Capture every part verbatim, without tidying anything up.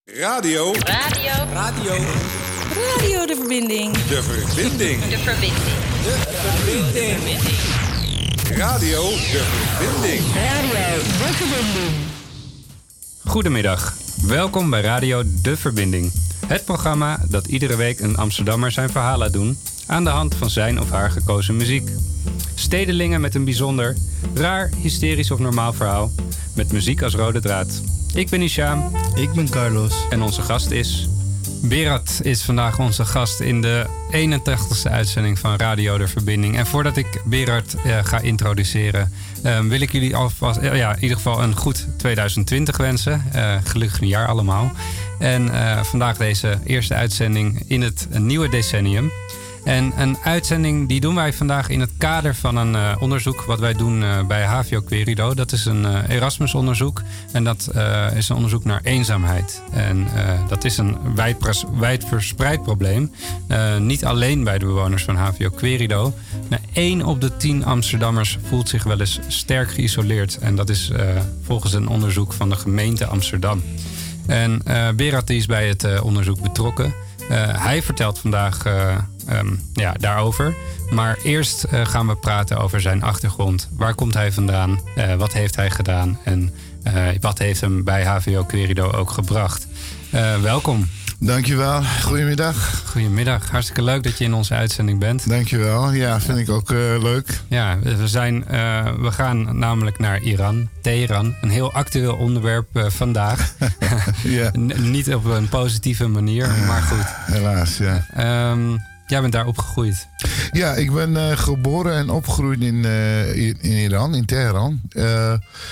Radio. Radio. Radio. Radio de verbinding. De verbinding. De verbinding. De verbinding. Radio de verbinding. Radio de verbinding. Goedemiddag. Welkom bij Radio de Verbinding. Het programma dat iedere week een Amsterdammer zijn verhaal laat doen aan de hand van zijn of haar gekozen muziek. Stedelingen met een bijzonder, raar, hysterisch of normaal verhaal met muziek als rode draad. Ik ben Isham. Ik ben Carlos. En onze gast is... Berat is vandaag onze gast in de eenentachtigste uitzending van Radio de Verbinding. En voordat ik Berat uh, ga introduceren, uh, wil ik jullie alvast, uh, ja, in ieder geval een goed tweeduizend twintig wensen. Uh, gelukkig nieuwjaar allemaal. En uh, vandaag deze eerste uitzending in het nieuwe decennium. En een uitzending die doen wij vandaag in het kader van een uh, onderzoek wat wij doen uh, bij H V O Querido. Dat is een uh, Erasmus-onderzoek en dat uh, is een onderzoek naar eenzaamheid. En uh, dat is een wijd, wijd verspreid probleem. Uh, niet alleen bij de bewoners van H V O Querido. Maar één op de tien Amsterdammers voelt zich wel eens sterk geïsoleerd. En dat is uh, volgens een onderzoek van de gemeente Amsterdam. En uh, Berat is bij het uh, onderzoek betrokken. Uh, hij vertelt vandaag uh, um, ja, daarover. Maar eerst uh, gaan we praten over zijn achtergrond. Waar komt hij vandaan? Uh, wat heeft hij gedaan? En uh, wat heeft hem bij H V O Querido ook gebracht? Uh, welkom. Dankjewel. Goedemiddag. Goedemiddag. Hartstikke leuk dat je in onze uitzending bent. Dankjewel. Ja, vind ik ook uh, leuk. Ja, we, zijn, uh, we gaan namelijk naar Iran, Teheran. Een heel actueel onderwerp uh, vandaag. Ja. N- niet op een positieve manier, uh, maar goed. Helaas, ja. Um, jij bent daar opgegroeid. Ja, ik ben uh, geboren en opgegroeid in, uh, in, in Iran, in Teheran. Uh,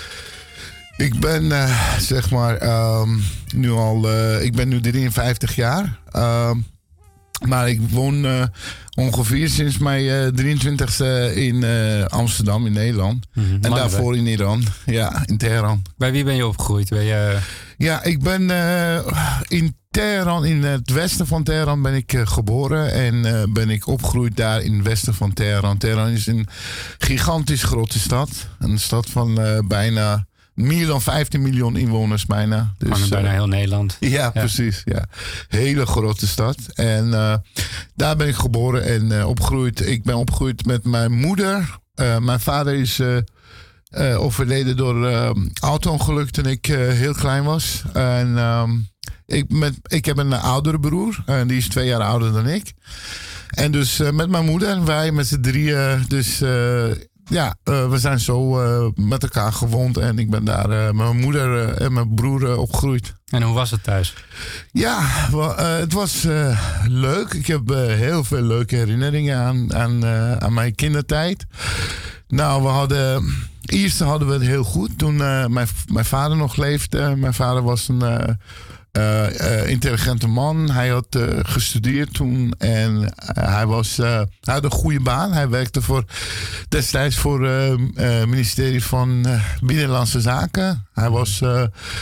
Ik ben uh, zeg maar um, nu al, uh, ik ben nu drieënvijftig jaar. Uh, maar ik woon uh, ongeveer sinds mijn uh, drieëntwintigste in uh, Amsterdam in Nederland. Mm-hmm. En daarvoor bij. in Iran, ja, in Teheran. Bij wie ben je opgegroeid? Ben je... Ja, ik ben uh, in Teheran, in het westen van Teheran ben ik uh, geboren. En uh, ben ik opgegroeid daar in het westen van Teheran. Teheran is een gigantisch grote stad. Een stad van uh, bijna... meer dan vijftien miljoen inwoners bijna. Dus, Gewoon bijna uh, heel Nederland. Ja, ja, precies. Ja. Hele grote stad. En uh, daar ben ik geboren en uh, opgegroeid. Ik ben opgegroeid met mijn moeder. Uh, mijn vader is uh, uh, overleden door uh, auto-ongeluk toen ik uh, heel klein was. En um, ik, met, ik heb een oudere broer. En die is twee jaar ouder dan ik. En dus uh, met mijn moeder, wij met z'n drieën, dus... Uh, Ja, uh, we zijn zo uh, met elkaar gewoond en ik ben daar uh, met mijn moeder uh, en mijn broer uh, opgegroeid. En hoe was het thuis? Ja, well, uh, het was uh, leuk. Ik heb uh, heel veel leuke herinneringen aan, aan, uh, aan mijn kindertijd. Nou, we hadden... Eerst hadden we het heel goed toen uh, mijn, mijn vader nog leefde. Mijn vader was een... Uh, Uh, uh, intelligente man. Hij had uh, gestudeerd toen en uh, hij, was, uh, hij had een goede baan. Hij werkte voor, destijds voor het uh, uh, ministerie van uh, Binnenlandse Zaken. Hij was uh,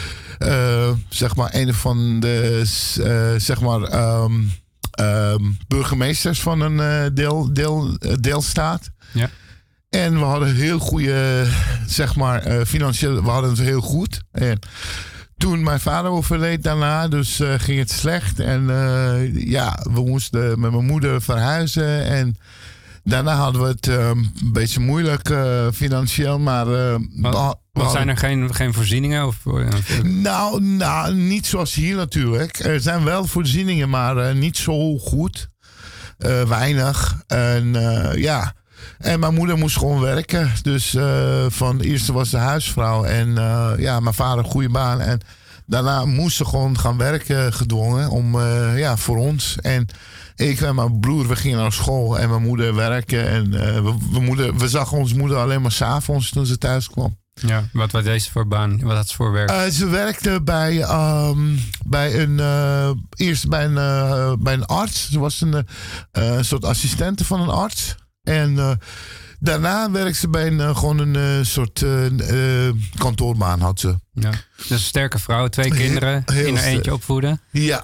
uh, zeg maar een van de uh, zeg maar, um, um, burgemeesters van een uh, deel, deel, uh, deelstaat. Ja. En we hadden heel goede, zeg maar, uh, financieel, we hadden het heel goed. En toen mijn vader overleed daarna, dus uh, ging het slecht. En uh, ja, we moesten met mijn moeder verhuizen. En daarna hadden we het uh, een beetje moeilijk uh, financieel. Maar uh, wat, wat zijn er geen, geen voorzieningen? Of, uh, nou, nou, niet zoals hier natuurlijk. Er zijn wel voorzieningen, maar uh, niet zo goed. Uh, weinig. En uh, ja... En mijn moeder moest gewoon werken. Dus uh, van eerst was ze huisvrouw. En uh, ja, mijn vader een goede baan. En daarna moest ze gewoon gaan werken gedwongen. Om, uh, ja, voor ons. En ik en mijn broer, we gingen naar school. En mijn moeder werken. En uh, we, we, moeder, we zagen onze moeder alleen maar 's avonds toen ze thuis kwam. Ja, wat was deze voor baan? Wat had ze voor werk? Uh, ze werkte bij, um, bij een, uh, eerst bij een, uh, bij een arts. Ze was een uh, soort assistente van een arts. En uh, daarna werkte ze bij een, uh, gewoon een uh, soort uh, uh, kantoorbaan had ze. Ja. Dus een sterke vrouw, twee kinderen, heel, heel in haar eentje opvoeden. Ja.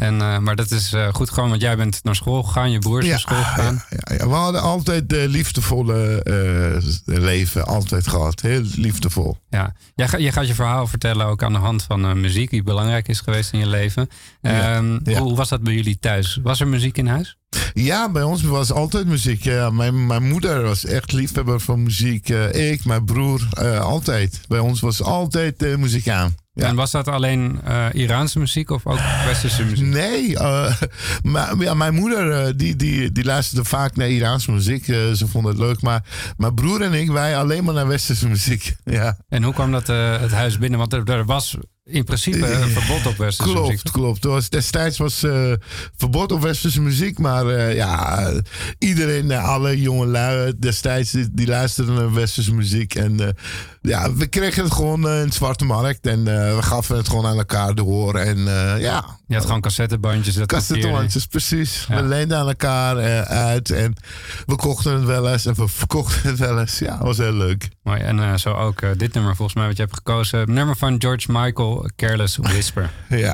En, uh, maar dat is uh, goed gewoon, want jij bent naar school gegaan, je broer is ja, naar school gegaan. Ja, ja, ja. We hadden altijd de liefdevolle uh, leven, altijd gehad. Heel liefdevol. Ja, jij, ga, jij gaat je verhaal vertellen ook aan de hand van uh, muziek die belangrijk is geweest in je leven. Ja, um, ja. Hoe was dat bij jullie thuis? Was er muziek in huis? Ja, bij ons was altijd muziek. Ja, mijn, mijn moeder was echt liefhebber van muziek. Uh, ik, mijn broer, uh, altijd. Bij ons was altijd uh, muziek aan. Ja. En was dat alleen uh, Iraanse muziek of ook westerse muziek? Nee, uh, maar, ja, mijn moeder uh, die, die, die luisterde vaak naar Iraanse muziek. Uh, ze vond het leuk. Maar mijn broer en ik, wij alleen maar naar westerse muziek. Ja. En hoe kwam dat uh, het huis binnen? Want er, er was in principe een verbod op westerse klopt, muziek. Klopt, klopt. Was, destijds was uh, verbod op westerse muziek. Maar uh, ja, uh, iedereen, uh, alle jonge lui destijds, die, die luisterden naar westerse muziek. En uh, ja, we kregen het gewoon uh, in de zwarte markt. En uh, we gaven het gewoon aan elkaar door. En uh, ja... Je had gewoon cassettebandjes. Cassettebandjes, precies. Ja. We leenden aan elkaar uh, uit. En we kochten het wel eens. En we verkochten het wel eens. Ja, dat was heel leuk. Mooi. En uh, zo ook uh, dit nummer volgens mij wat je hebt gekozen. Nummer van George Michael, Careless Whisper. Ja.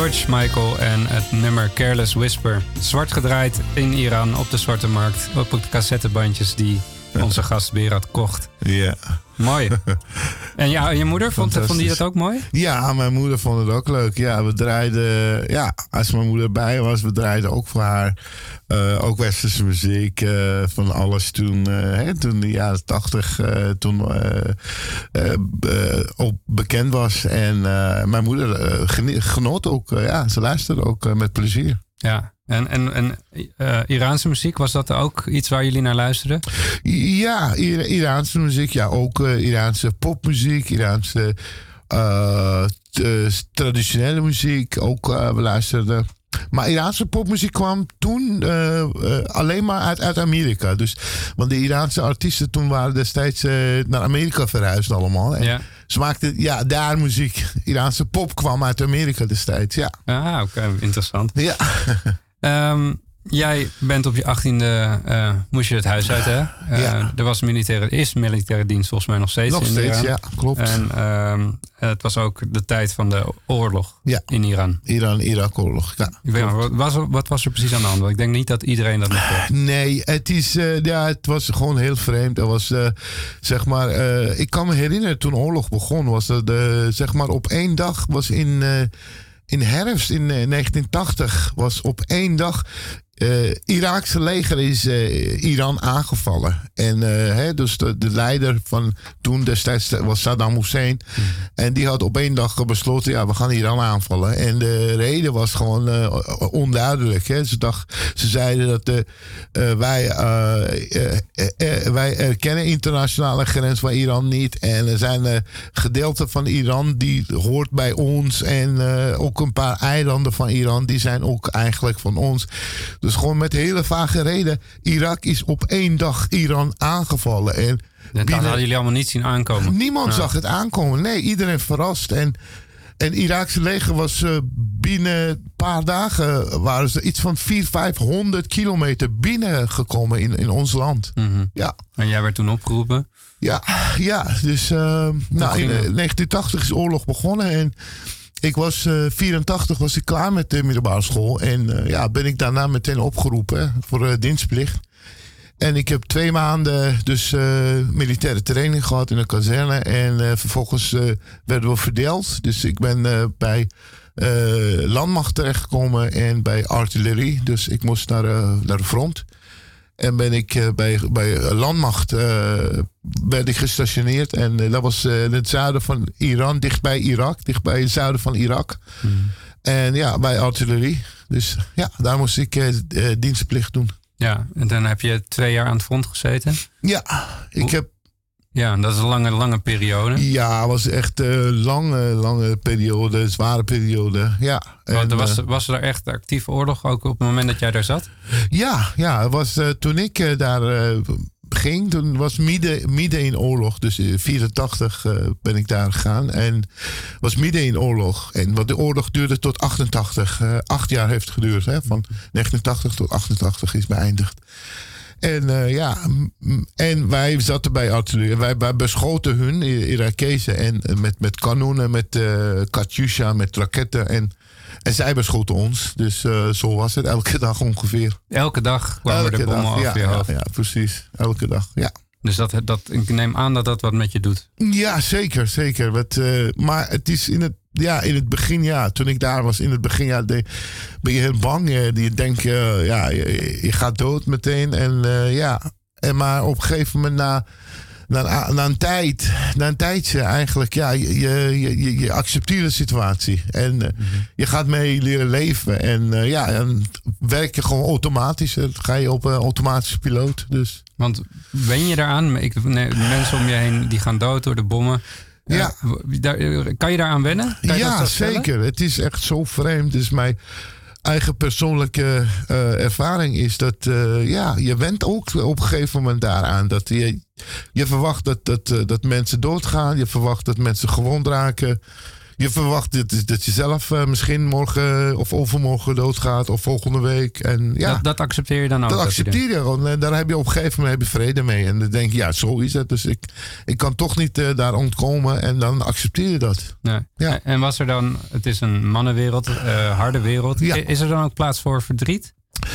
George Michael en het nummer Careless Whisper. Zwart gedraaid in Iran op de Zwarte Markt. Op de cassettebandjes die onze gast Berat kocht. Ja. Mooi. En ja, je moeder, vond, vond die dat ook mooi? Ja, mijn moeder vond het ook leuk. Ja, we draaiden, ja, als mijn moeder bij was, we draaiden ook voor haar. Uh, ook westerse muziek, uh, van alles toen, uh, hè, toen in de jaren tachtig, uh, toen uh, uh, uh, ook bekend was. En uh, mijn moeder uh, geni- genoot ook, uh, ja, ze luisterde ook uh, met plezier. Ja, en, en, en uh, Iraanse muziek, was dat ook iets waar jullie naar luisterden? Ja, Ira- Iraanse muziek, ja, ook uh, Iraanse popmuziek, Iraanse uh, t- traditionele muziek, ook uh, we luisterden. Maar Iraanse popmuziek kwam toen uh, uh, alleen maar uit, uit Amerika. Dus, want de Iraanse artiesten toen waren destijds uh, naar Amerika verhuisd allemaal. En ja. Ze maakten ja, daar muziek. Iraanse pop kwam uit Amerika destijds, ja. Ah, oké, okay, interessant. Ja. um, jij bent op je achttiende, uh, moest je het huis uit, hè? Uh, ja. Er was militaire, is militaire dienst volgens mij nog steeds. Nog in steeds, Iran. ja, klopt. En um, het was ook de tijd van de oorlog ja. in Iran. Iran-Irak-oorlog, ja. Wat was, wat was er precies aan de hand? Want ik denk niet dat iedereen dat nog weet. Nee, het, is, uh, ja, het was gewoon heel vreemd. Er was, uh, zeg maar, uh, ik kan me herinneren toen de oorlog begon, was er de, zeg maar, op één dag was in, uh, in herfst in uh, negentien tachtig was op één dag Uh, Iraakse leger is uh, Iran aangevallen. En uh, hè, dus de, de leider van toen destijds was Saddam Hussein. Mm. En die had op één dag besloten, ja, we gaan Iran aanvallen. En de reden was gewoon uh, onduidelijk. Hè. Ze, dacht, ze zeiden dat uh, uh, wij, uh, uh, uh, uh, wij erkennen internationale grens van Iran niet. En er zijn uh, gedeelten van Iran die hoort bij ons. En uh, ook een paar eilanden van Iran, die zijn ook eigenlijk van ons. Dus gewoon met hele vage reden. Irak is op één dag Iran aangevallen. En dat binnen, hadden jullie allemaal niet zien aankomen. Niemand ja. zag het aankomen. Nee, iedereen verrast. En het Iraakse leger was uh, binnen een paar dagen waren ze iets van vierhonderd, vijfhonderd kilometer binnengekomen in, in ons land. Mm-hmm. Ja. En jij werd toen opgeroepen? Ja, ja. Dus uh, nou, in uh, negentien tachtig is de oorlog begonnen en ik was uh, vierentachtig was ik klaar met de middelbare school. En uh, ja, ben ik daarna meteen opgeroepen voor uh, dienstplicht. En ik heb twee maanden dus uh, militaire training gehad in een kazerne. En uh, vervolgens uh, werden we verdeeld. Dus ik ben uh, bij uh, landmacht terechtgekomen en bij artillerie. Dus ik moest naar, uh, naar de front. En ben ik uh, bij, bij landmacht uh, ben ik gestationeerd. En uh, dat was uh, in het zuiden van Iran, dichtbij Irak. Dichtbij het zuiden van Irak. Mm. En ja, bij artillerie. Dus ja, daar moest ik uh, uh, dienstplicht doen. Ja, en dan heb je twee jaar aan het front gezeten? Ja, ik Hoe? heb... Ja, dat is een lange, lange periode. Ja, het was echt een lange, lange periode, een zware periode. Ja. En, was, was er echt actieve oorlog ook op het moment dat jij daar zat? Ja, ja het was, uh, toen ik uh, daar uh, ging, toen was midden, midden in oorlog. Dus in vierentachtig uh, ben ik daar gegaan en was midden in oorlog. En want de oorlog duurde tot achtentachtig. Uh, acht jaar heeft het geduurd, hè, van negentien tachtig tot achtentachtig is beëindigd. En uh, ja, en wij zaten bij artillerie. Wij, wij beschoten hun, Irakezen, en met, met kanonnen, met uh, Katyusha, met raketten. En, en zij beschoten ons. Dus uh, zo was het elke dag ongeveer. Elke dag kwamen elke de bommen dag, over ja, je hoofd? Ja, ja, precies. Elke dag, ja. Dus dat, dat, ik neem aan dat dat wat met je doet? Ja, zeker, zeker. Wat, uh, maar het is in het Ja, in het begin, ja. Toen ik daar was, in het begin, ja, de, ben je heel bang. Je, je denkt, uh, ja, je, je gaat dood meteen. En uh, ja, en maar op een gegeven moment, na, na, na een tijd, na een tijdje eigenlijk, ja, je, je, je, je accepteert de situatie. En uh, mm-hmm. je gaat mee leren leven. En uh, ja, dan werk je gewoon automatisch. Dan ga je op een automatische piloot. Dus. Want ben je daaraan? Ik, nee, mensen om je heen die gaan dood door de bommen. Ja. Uh, kan je daaraan wennen? Kan je ja, dat zeker. Het is echt zo vreemd. Dus mijn eigen persoonlijke uh, ervaring is dat uh, ja, je went ook op een gegeven moment daaraan. Dat je, je verwacht dat, dat, uh, dat mensen doodgaan. Je verwacht dat mensen gewond raken. je verwacht dat, dat je zelf uh, misschien morgen of overmorgen doodgaat of volgende week. En, ja, dat, dat accepteer je dan ook? Dat, dat accepteer je gewoon. En daar heb je op een gegeven moment heb je vrede mee. En dan denk je, ja, zo is het. Dus ik, ik kan toch niet uh, daar ontkomen. En dan accepteer je dat. Nee. Ja. En was er dan, het is een mannenwereld, uh, harde wereld. Ja. Is er dan ook plaats voor verdriet?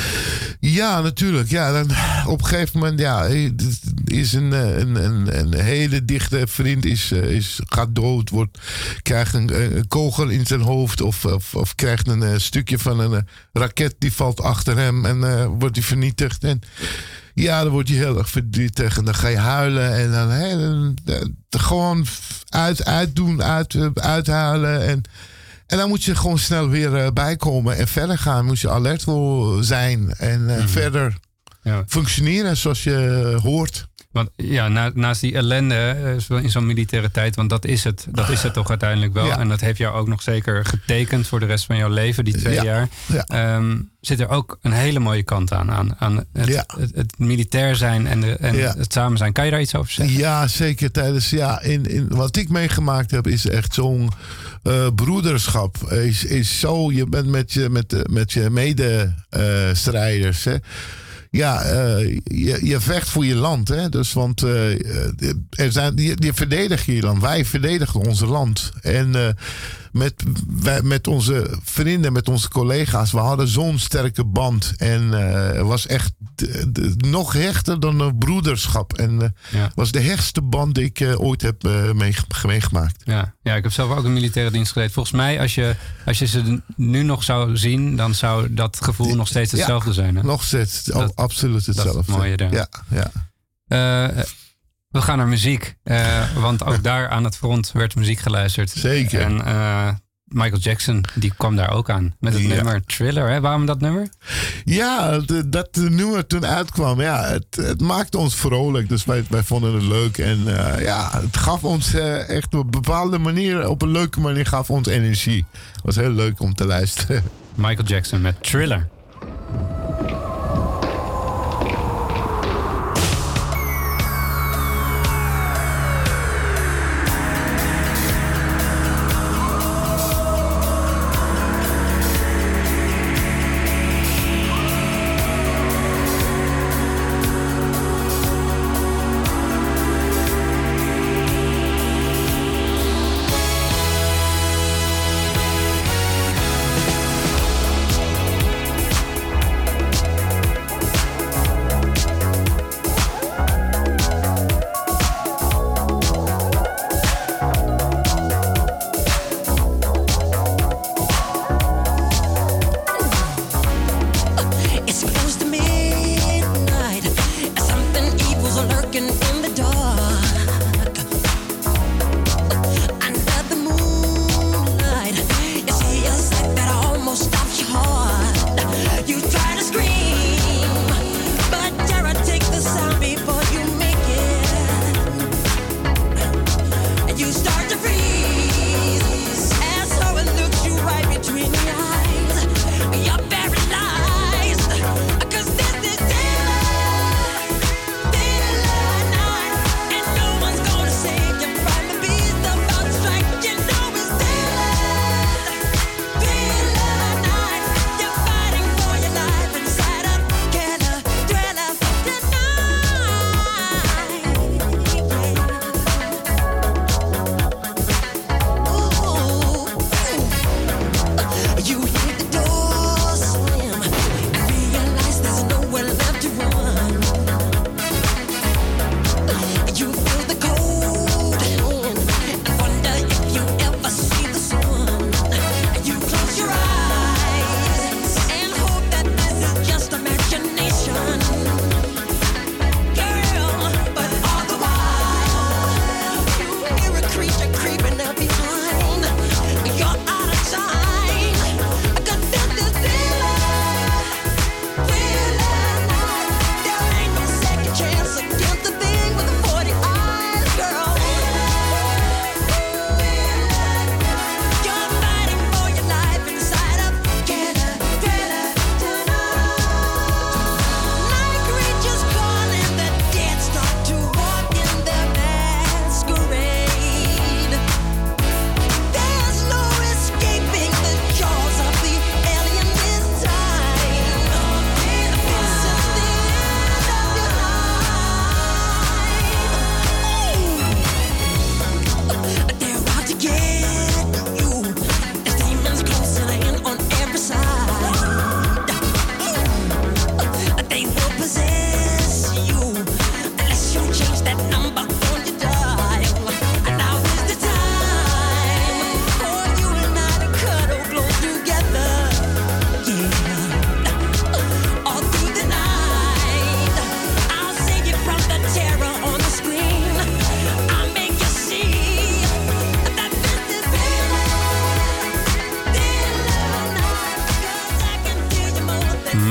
Ja, natuurlijk. Ja, dan, op een gegeven moment ja, is een, een, een, een hele dichte vriend is, is, gaat dood, wordt, krijgt een, een kogel in zijn hoofd of, of, of krijgt een, een stukje van een raket die valt achter hem en uh, wordt hij vernietigd. En ja, dan word je heel erg verdrietig en dan ga je huilen en dan, hè, dan, dan gewoon uit, uitdoen, uit, uithuilen en... En dan moet je gewoon snel weer uh, bijkomen en verder gaan. Moet je alert zijn en uh, mm-hmm. verder ja. functioneren zoals je hoort. Want ja, na, naast die ellende in zo'n militaire tijd, want dat is het, dat is het toch uiteindelijk wel. Ja. En dat heeft jou ook nog zeker getekend voor de rest van jouw leven, die twee ja. jaar. Ja. Um, zit er ook een hele mooie kant aan, aan, aan het, ja. het, het, het militair zijn en, de, en ja. het samen zijn. Kan je daar iets over zeggen? Ja, zeker. Tijdens, ja, in, in, wat ik meegemaakt heb, is echt zo'n uh, broederschap. Is, is zo, je bent met je, met, met je medestrijders, uh, hè. Ja, uh, je, je vecht voor je land. Hè? Dus, want uh, er zijn, je, je verdedigt je land. Wij verdedigen ons land. En uh, met, wij, met onze vrienden, met onze collega's, we hadden zo'n sterke band. En uh, het was echt de, de, nog hechter dan een broederschap. En het uh, ja. was de hechtste band die ik uh, ooit heb uh, meegemaakt. Ja. ja, ik heb zelf ook een militaire dienst gedaan. Volgens mij, als je, als je ze nu nog zou zien, dan zou dat gevoel nog steeds hetzelfde ja, zijn. Hè? Nog steeds. Dat, absoluut hetzelfde. Dat is het mooie daar. Ja, ja. Uh, we gaan naar muziek. Uh, want ook daar aan het front werd muziek geluisterd. Zeker. En uh, Michael Jackson, die kwam daar ook aan. Met het ja. nummer Thriller. Hè? Waarom dat nummer? Ja, de, dat de nummer toen uitkwam. Ja, het, het maakte ons vrolijk. Dus wij, wij vonden het leuk. En uh, ja, het gaf ons uh, echt op een bepaalde manier, op een leuke manier, gaf ons energie. Het was heel leuk om te luisteren. Michael Jackson met Thriller.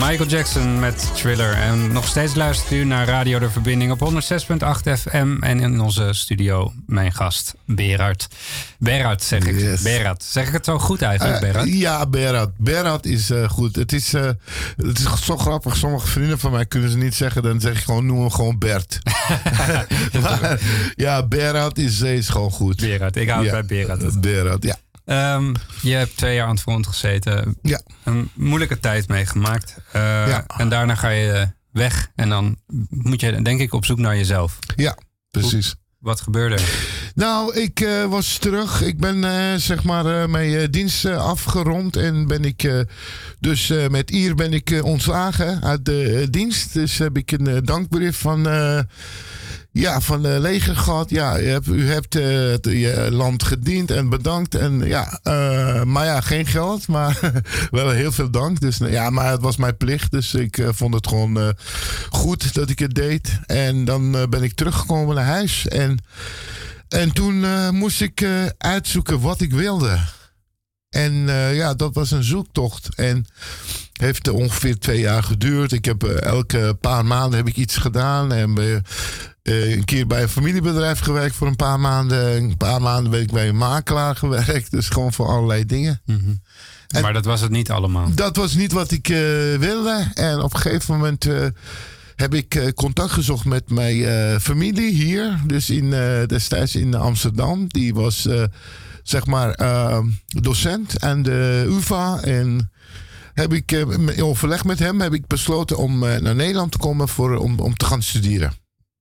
Michael Jackson met Thriller. En nog steeds luistert u naar Radio De Verbinding op honderd zes komma acht F M. En in onze studio mijn gast, Berard. Berard zeg ik. Yes. Berard. Zeg ik het zo goed eigenlijk, Berard? Uh, ja, Berard. Berard is uh, goed. Het is, uh, het is zo grappig. Sommige vrienden van mij kunnen ze niet zeggen. Dan zeg ik gewoon, noem hem gewoon Bert. Maar, ja, Berard is, is gewoon goed. Berard. Ik hou het ja, bij Berard. Berard, ja. Um, je hebt twee jaar aan het front gezeten. Ja. Een moeilijke tijd meegemaakt. Uh, ja. En daarna ga je weg. En dan moet je denk ik op zoek naar jezelf. Ja, precies. Hoe, wat gebeurde er? Nou, ik uh, was terug. Ik ben uh, zeg maar uh, mijn uh, dienst uh, afgerond. En ben ik uh, dus uh, met Ier ben ik uh, ontslagen uit de uh, dienst. Dus heb ik een uh, dankbrief van... Uh, Ja, van de leger gehad. Ja, u hebt, u hebt uh, het, je land gediend en bedankt. En ja, uh, maar ja, geen geld, maar wel heel veel dank. Dus ja, maar het was mijn plicht. Dus ik uh, vond het gewoon uh, goed dat ik het deed. En dan uh, ben ik teruggekomen naar huis. En, en toen uh, moest ik uh, uitzoeken wat ik wilde. En uh, ja, dat was een zoektocht. En heeft uh, ongeveer twee jaar geduurd. Ik heb uh, elke paar maanden heb ik iets gedaan. En uh, uh, een keer bij een familiebedrijf gewerkt voor een paar maanden. Een paar maanden ben ik bij een makelaar gewerkt. Dus gewoon voor allerlei dingen. Mm-hmm. Maar dat was het niet allemaal? Dat was niet wat ik uh, wilde. En op een gegeven moment... Uh, heb ik uh, contact gezocht met mijn uh, familie hier. Dus in, uh, destijds in Amsterdam. Die was... Uh, zeg maar, uh, docent aan de U vA. En heb ik uh, in overleg met hem heb ik besloten om uh, naar Nederland te komen voor, om, om te gaan studeren.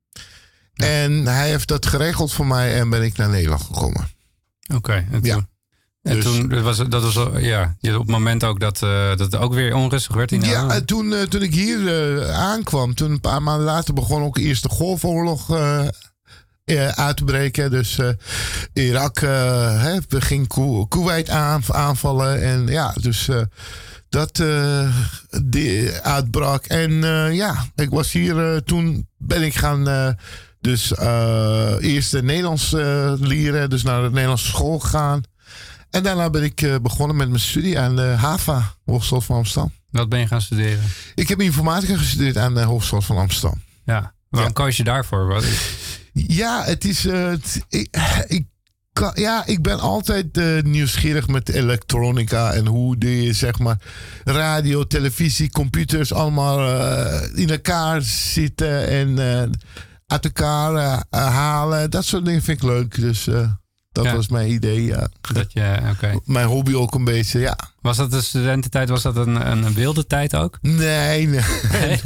Ja. En hij heeft dat geregeld voor mij en ben ik naar Nederland gekomen. Oké. Okay, en toen, ja. en dus, toen was dat was ja, op het moment ook dat, uh, dat het ook weer onrustig werd in Ja, en toen, uh, toen ik hier uh, aankwam, toen een paar maanden later begon ook de Eerste Golfoorlog uh, Uh, uit te breken. Dus uh, Irak uh, hè, ging Ku- Kuwait aan, aanvallen. En ja, dus uh, dat uh, die uitbrak. En uh, ja, ik was hier. Uh, toen ben ik gaan uh, dus uh, eerst het Nederlands uh, leren. Dus naar de Nederlandse school gegaan. En daarna ben ik uh, begonnen met mijn studie aan de HAVA, Hogeschool van Amsterdam. Wat ben je gaan studeren? Ik heb informatica gestudeerd aan de Hogeschool van Amsterdam. Ja, waarom ja. koos je daarvoor? Wat is... Ja, het is. Uh, het, ik, ik, kan, ja, ik ben altijd uh, nieuwsgierig met elektronica en hoe die, zeg maar, radio, televisie, computers allemaal uh, in elkaar zitten en uh, uit elkaar uh, halen. Dat soort dingen vind ik leuk. Dus uh, dat ja. was mijn idee. Ja. Dat je, okay. Mijn hobby ook een beetje, ja. Was dat de studententijd? Was dat een, een wilde tijd ook? Nee, nee. nee.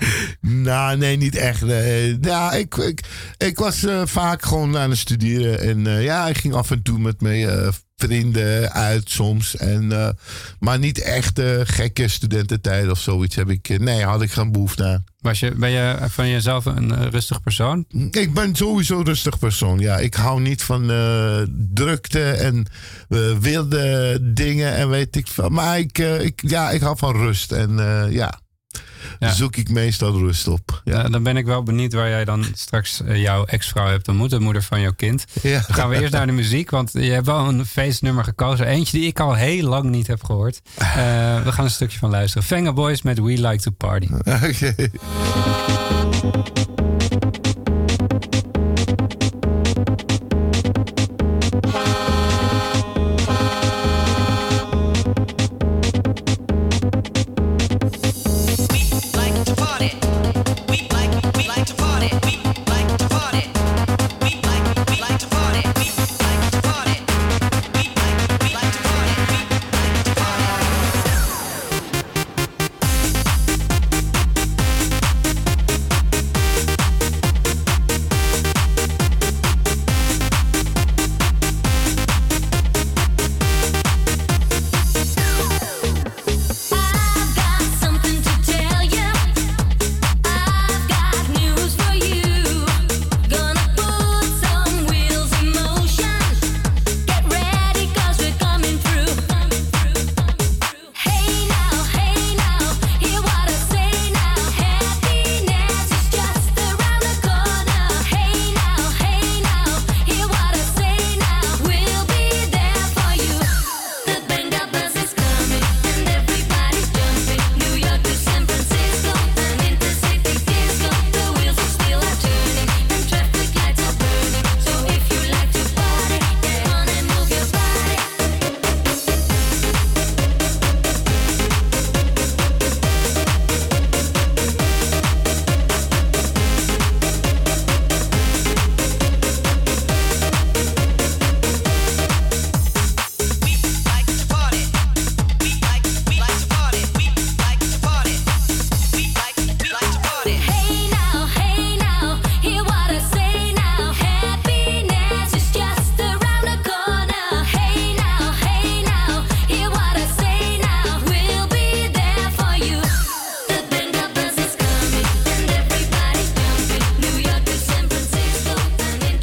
nou, nee, niet echt. Nee. Nou, ik, ik, ik was uh, vaak gewoon aan het studeren. En uh, ja, ik ging af en toe met mijn uh, vrienden uit soms. En, uh, maar niet echt uh, gekke studententijd of zoiets heb ik. Nee, had ik geen behoefte aan. Was je, ben je van jezelf een uh, rustig persoon? Ik ben sowieso een rustig persoon, ja. Ik hou niet van uh, drukte en uh, wilde dingen en weet ik veel. Maar ik, uh, ik, ja, ik hou van rust en uh, ja, ja. zoek ik meestal rust op. Ja. Ja, dan ben ik wel benieuwd waar jij dan straks uh, jouw ex-vrouw hebt ontmoet, de moeder van jouw kind. Ja. Dan gaan we eerst naar de muziek, want je hebt wel een feestnummer gekozen. Eentje die ik al heel lang niet heb gehoord. Uh, we gaan een stukje van luisteren. Venga Boys met We Like to Party. Oké. Okay.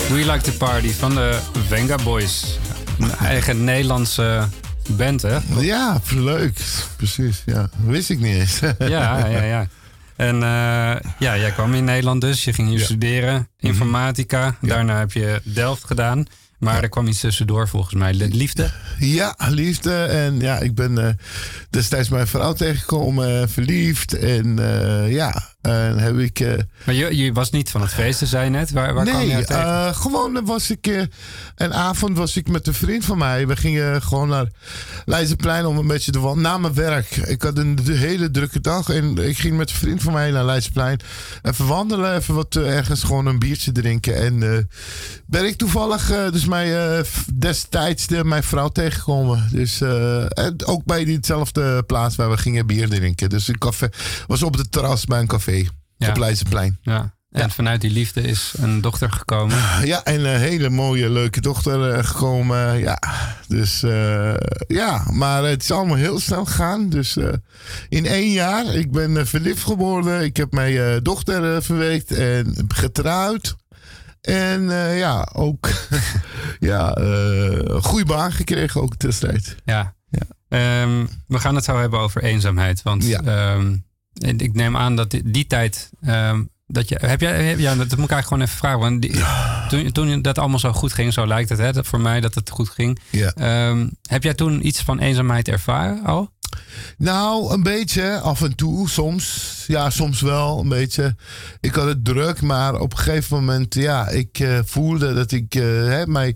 We Like to Party van de Venga Boys. Een eigen Nederlandse band, hè? Ja, leuk. Precies, ja. Wist ik niet eens. Ja, ja, ja. En uh, ja, jij kwam in Nederland dus. Je ging hier ja. studeren, informatica. Ja. Daarna heb je Delft gedaan. Maar ja. er kwam iets tussendoor volgens mij. Liefde? Ja, liefde. En ja, ik ben uh, destijds mijn vrouw tegengekomen. Uh, verliefd. En uh, ja, en heb ik... Uh, maar je, je was niet van het feesten, zei je net? Waar, waar nee, kwam je tegen? Uh, gewoon was ik... Uh, een avond was ik met een vriend van mij. We gingen gewoon naar Leidseplein om een beetje te wandelen. Na mijn werk. Ik had een de hele drukke dag. En ik ging met een vriend van mij naar Leidseplein. Even wandelen. Even wat uh, ergens gewoon een biertje drinken. En uh, ben ik toevallig... Uh, dus mij uh, destijds de, mijn vrouw tegengekomen. Dus uh, ook bij diezelfde plaats waar we gingen bier drinken. Dus een café was op het terras bij een café. Ja. Op Leidseplein. Ja. En ja. vanuit die liefde is een dochter gekomen. Ja, en een hele mooie, leuke dochter uh, gekomen. Ja, dus uh, ja, maar het is allemaal heel snel gegaan. Dus uh, in één jaar, ik ben uh, verliefd geworden. Ik heb mijn uh, dochter uh, verweekt en getrouwd. En uh, ja, ook ja, uh, een goede baan gekregen ook destijds. Ja, ja. Um, we gaan het zo hebben over eenzaamheid. Want ja. um, ik neem aan dat die, die tijd... Um, dat je, heb jij, ja, dat moet ik eigenlijk gewoon even vragen. Want die, ja. toen, toen dat allemaal zo goed ging, zo lijkt het hè, dat voor mij dat het goed ging. Ja. Um, heb jij toen iets van eenzaamheid ervaren al? Nou, een beetje af en toe, soms. Ja, soms wel, een beetje. Ik had het druk, maar op een gegeven moment, ja, ik uh, voelde dat ik uh, hè, mijn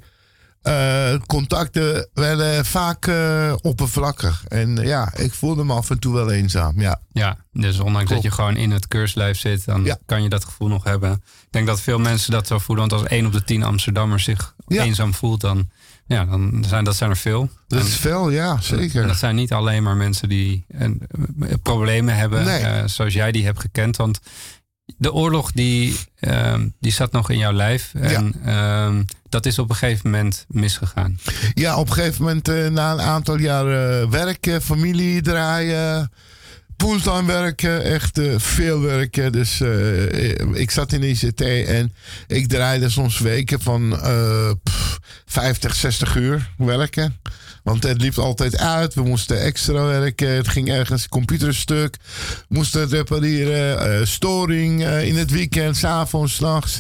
uh, contacten werden vaak uh, oppervlakkig. En uh, ja, ik voelde me af en toe wel eenzaam, ja. Ja, dus ondanks Klopt. dat je gewoon in het keurslijf zit, dan ja. kan je dat gevoel nog hebben. Ik denk dat veel mensen dat zo voelen, want als één op de tien Amsterdammers zich ja. eenzaam voelt, dan... Ja, dan zijn, dat zijn er veel. Dat is veel, ja, zeker. En dat zijn niet alleen maar mensen die een, uh, problemen hebben, nee. uh, zoals jij die hebt gekend. Want de oorlog, die, uh, die zat nog in jouw lijf. En ja. uh, dat is op een gegeven moment misgegaan. Ja, op een gegeven moment, uh, na een aantal jaar uh, werken, familie draaien... Fulltime werken, echt uh, veel werken. Dus uh, ik zat in I C T en ik draaide soms weken van uh, pff, vijftig, zestig uur werken. Want het liep altijd uit. We moesten extra werken. Het ging ergens computer stuk. Moesten het repareren. Uh, storing uh, in het weekend, 's avonds, 's nachts.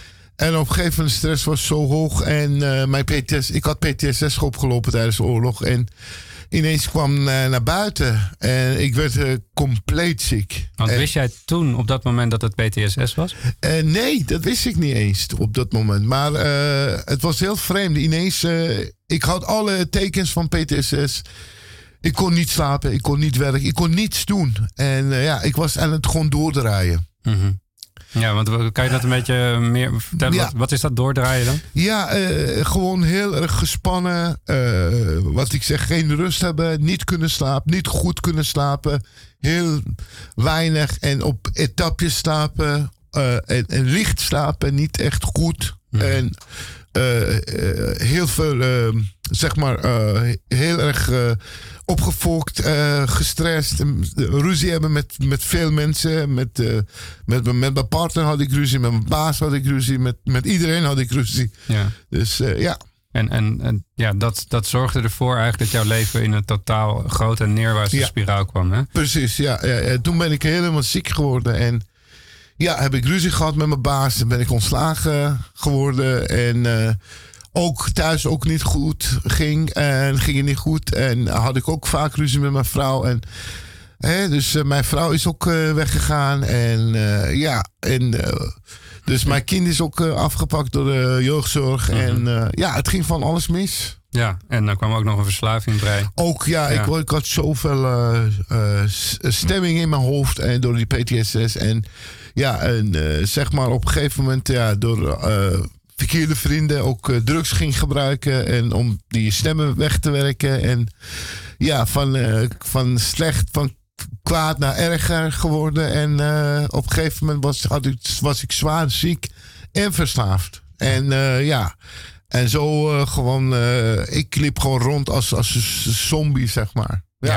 En op een gegeven moment de stress was zo hoog. En uh, mijn P T S, ik had P T S S opgelopen tijdens de oorlog. En ineens kwam uh, naar buiten en ik werd uh, compleet ziek. Want en, wist jij toen op dat moment dat het P T S S was? Uh, nee, dat wist ik niet eens op dat moment. Maar uh, het was heel vreemd. Ineens, uh, ik had alle tekens van P T S S. Ik kon niet slapen, ik kon niet werken, ik kon niets doen. En uh, ja, ik was aan het gewoon doordraaien. Mm-hmm. Ja, want kan je dat een beetje meer vertellen? Ja. Wat, wat is dat doordraaien dan? Ja, uh, gewoon heel erg gespannen. Uh, wat ik zeg, geen rust hebben. Niet kunnen slapen. Niet goed kunnen slapen. Heel weinig. En op etapjes slapen. Uh, en, en licht slapen. Niet echt goed. Hmm. En uh, uh, heel veel, uh, zeg maar, uh, heel erg... Uh, opgefokt, uh, gestrest, ruzie hebben met, met veel mensen. Met, uh, met, met mijn partner had ik ruzie, met mijn baas had ik ruzie, met, met iedereen had ik ruzie. Ja. Dus uh, ja. En, en, en ja, dat, dat zorgde ervoor eigenlijk dat jouw leven in een totaal grote en neerwaartse ja. spiraal kwam, hè? Precies, ja, ja, ja. Toen ben ik helemaal ziek geworden en ja, heb ik ruzie gehad met mijn baas. Dan ben ik ontslagen geworden en... Uh, ook thuis ook niet goed ging. En ging het niet goed. En had ik ook vaak ruzie met mijn vrouw. En, hè, dus uh, mijn vrouw is ook uh, weggegaan. En uh, ja. En, uh, dus mijn kind is ook uh, afgepakt door de jeugdzorg. Mm-hmm. En uh, ja, het ging van alles mis. Ja, en dan kwam ook nog een verslaving bij. Ook, ja. ja. Ik, ik had zoveel uh, uh, stemming in mijn hoofd. En door die P T S S. En ja, en, uh, zeg maar op een gegeven moment, ja, door... Uh, verkeerde vrienden ook uh, drugs ging gebruiken en om die stemmen weg te werken en ja, van, uh, van slecht, van kwaad naar erger geworden en uh, op een gegeven moment was, had ik, was ik zwaar ziek en verslaafd en uh, ja, en zo uh, gewoon, uh, ik liep gewoon rond als, als een zombie, zeg maar. Ja. ja.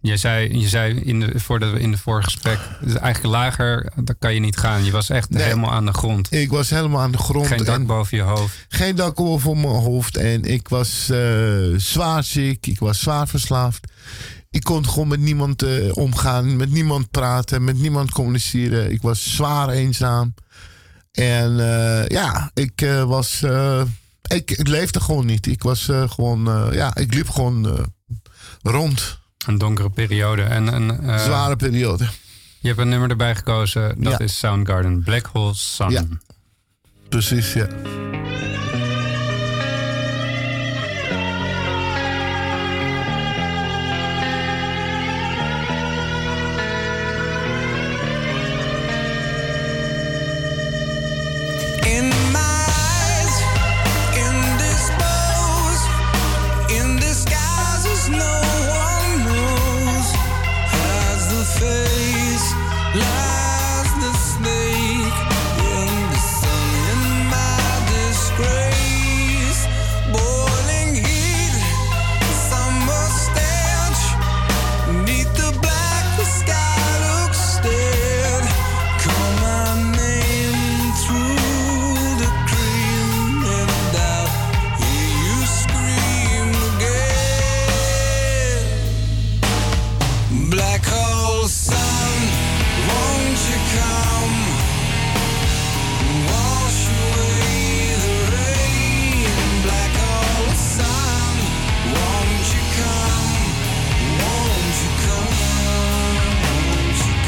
Je zei, je zei in de, voordat we in de voorgesprek, dus eigenlijk lager, daar kan je niet gaan. Je was echt Nee. helemaal aan de grond. Ik was helemaal aan de grond. Geen dak en- boven je hoofd. Geen dak boven mijn hoofd. En ik was eh, zwaar ziek. Ik was zwaar verslaafd. Ik kon gewoon met niemand eh, omgaan. Met niemand praten. Met niemand communiceren. Ik was zwaar eenzaam. En eh, ja, ik eh, was... eh, ik, ik leefde gewoon niet. Ik was eh, gewoon... eh, ja, ik liep gewoon eh, rond. Een donkere periode. En, en, uh, Zware periode. Je hebt een nummer erbij gekozen. Dat Ja. is Soundgarden. Black Hole Sun. Ja. Precies, ja. In my eyes, indisposed, in disguises no one knows. As the face lies the snake in the sun. In my disgrace, boiling heat, summer stench. Neath the black, the sky looks dead. Call my name through the cream, and I'll hear you scream again. Black hole sun, won't you come? Wash away the rain. Black hole sun, won't you come? Won't you come? Won't you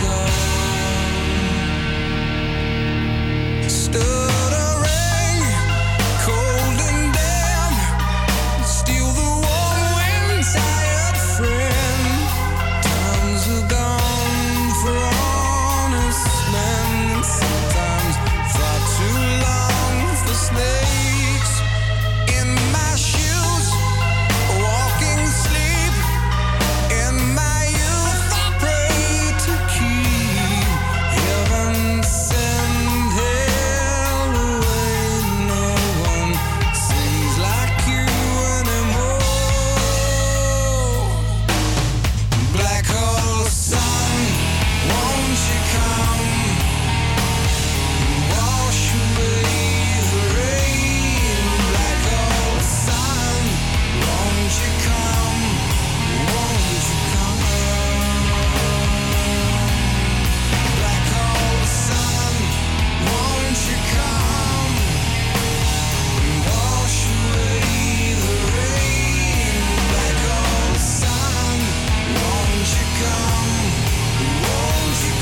come? Stuttering, cold and damp, steal the warm wind, tired friend. Times are gone for honest men. Sometimes far too long for snakes. In my shoes, walking sleep. In my youth, I pray to keep heaven send hell away. No one seems like you anymore. Black hole sun, won't you come? Wash away the rain. Black hole sun, won't you come? Won't you come? Black hole sun, won't you come? Wash away the rain. Black hole sun, won't you come? Won't you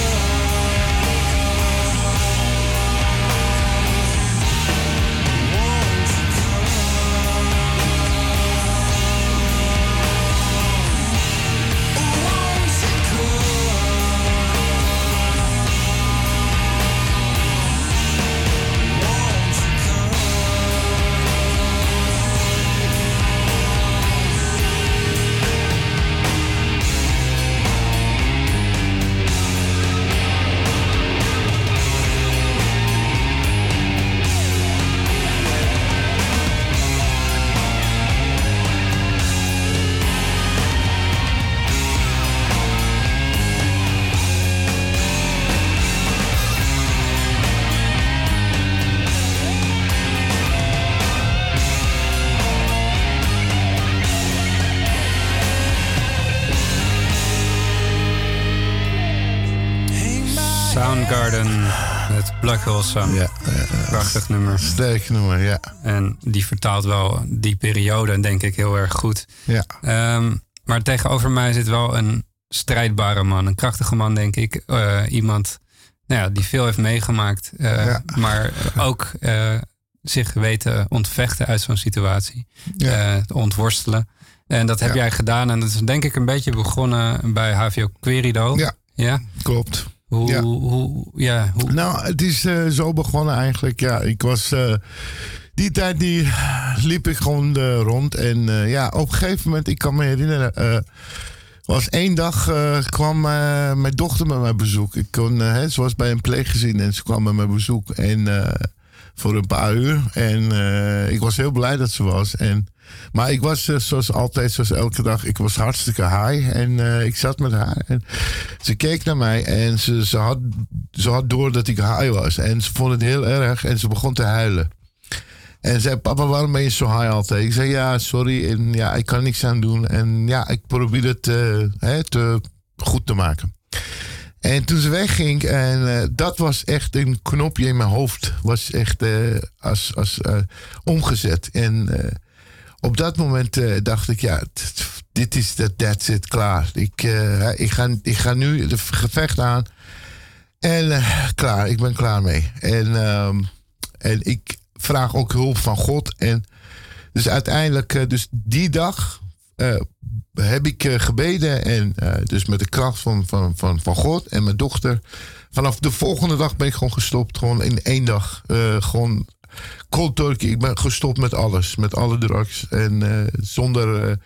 Soundgarden. Het Black Hole Sun. Ja, Prachtig nummer. sterk nummer, ja. En die vertaalt wel die periode, denk ik, heel erg goed. Ja. Um, maar tegenover mij zit wel een strijdbare man. Een krachtige man, denk ik. Uh, iemand nou ja, die veel heeft meegemaakt. Uh, Ja. Maar ook uh, zich weten ontvechten uit zo'n situatie. Ja. Uh, ontworstelen. En dat heb Ja. jij gedaan. En dat is denk ik een beetje begonnen bij H V O Querido. Ja. Ja? Klopt. Hoe, Ja. hoe, ja, hoe... Nou, het is eh, zo begonnen eigenlijk. Ja, ik was... eh, die tijd die liep ik gewoon eh, rond. En eh, ja, op een gegeven moment, ik kan me herinneren... eh, was één dag eh, kwam eh, mijn dochter met mij bezoek. Ik kon, eh, hè, ze was bij een pleeggezin en ze kwam met mij bezoek. En eh, voor een paar uur. En uh, ik was heel blij dat ze was. En, maar ik was uh, zoals altijd, zoals elke dag, ik was hartstikke high. En uh, ik zat met haar. En ze keek naar mij en ze, ze, had, ze had door dat ik high was. En ze vond het heel erg en ze begon te huilen. En zei, papa, waarom ben je zo high altijd? Ik zei, ja, sorry. En ja, ik kan niks aan doen. En ja, ik probeer het uh, hè, te, goed te maken. En toen ze wegging, en uh, dat was echt een knopje in mijn hoofd. Was echt uh, als, als uh, omgezet. En uh, op dat moment uh, dacht ik, ja, t- dit is dat, that's it, klaar. Ik, uh, ik, ga, ik ga nu de gevecht aan. En uh, klaar, ik ben klaar mee. En, um, en ik vraag ook hulp van God. En dus uiteindelijk, uh, dus die dag uh, heb ik uh, gebeden. En uh, dus met de kracht van, van, van, van God en mijn dochter. Vanaf de volgende dag ben ik gewoon gestopt. Gewoon in één dag. Uh, gewoon cold turkey. Ik ben gestopt met alles. Met alle drugs. En uh, zonder uh,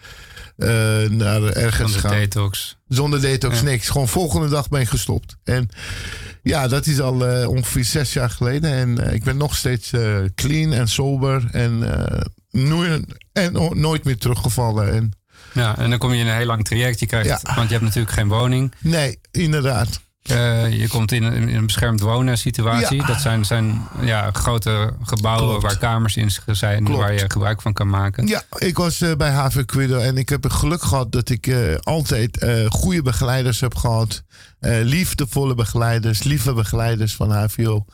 uh, naar ergens Zonder gaan. detox. Zonder detox, Ja. niks. Gewoon volgende dag ben ik gestopt. En ja, dat is al uh, ongeveer zes jaar geleden. En uh, ik ben nog steeds uh, clean en sober. En, uh, no- en no- nooit meer teruggevallen. En, Ja, en dan kom je in een heel lang traject. Je krijgt, Ja. Want je hebt natuurlijk geen woning. nee, inderdaad. Uh, je komt in een, in een beschermd wonen situatie. Ja. Dat zijn, zijn ja, grote gebouwen Klopt. waar kamers in zijn. Klopt. Waar je gebruik van kan maken. Ja, ik was uh, bij H V Quido en ik heb het geluk gehad dat ik uh, altijd uh, goede begeleiders heb gehad. Uh, liefdevolle begeleiders, lieve begeleiders van H V O.